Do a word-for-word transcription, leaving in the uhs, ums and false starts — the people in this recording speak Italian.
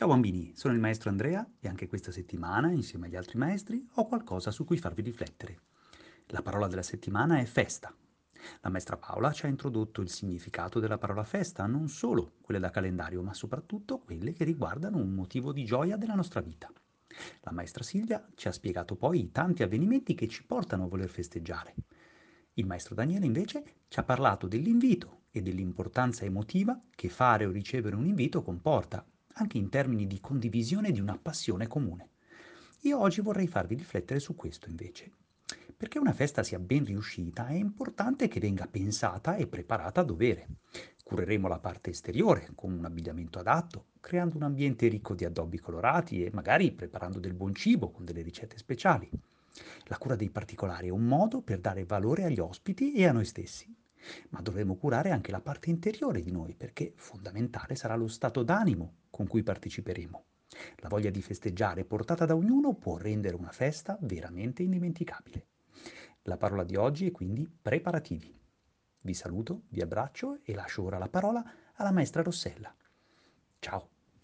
Ciao bambini, sono il maestro Andrea e anche questa settimana, insieme agli altri maestri, ho qualcosa su cui farvi riflettere. La parola della settimana è festa. La maestra Paola ci ha introdotto il significato della parola festa, non solo quelle da calendario, ma soprattutto quelle che riguardano un motivo di gioia della nostra vita. La maestra Silvia ci ha spiegato poi i tanti avvenimenti che ci portano a voler festeggiare. Il maestro Daniele invece ci ha parlato dell'invito e dell'importanza emotiva che fare o ricevere un invito comporta, anche in termini di condivisione di una passione comune. Io oggi vorrei farvi riflettere su questo invece. Perché una festa sia ben riuscita è importante che venga pensata e preparata a dovere. Cureremo la parte esteriore con un abbigliamento adatto, creando un ambiente ricco di addobbi colorati e magari preparando del buon cibo con delle ricette speciali. La cura dei particolari è un modo per dare valore agli ospiti e a noi stessi. Ma dovremo curare anche la parte interiore di noi, perché fondamentale sarà lo stato d'animo con cui parteciperemo. La voglia di festeggiare portata da ognuno può rendere una festa veramente indimenticabile. La parola di oggi è quindi preparativi. Vi saluto, vi abbraccio e lascio ora la parola alla maestra Rossella. Ciao!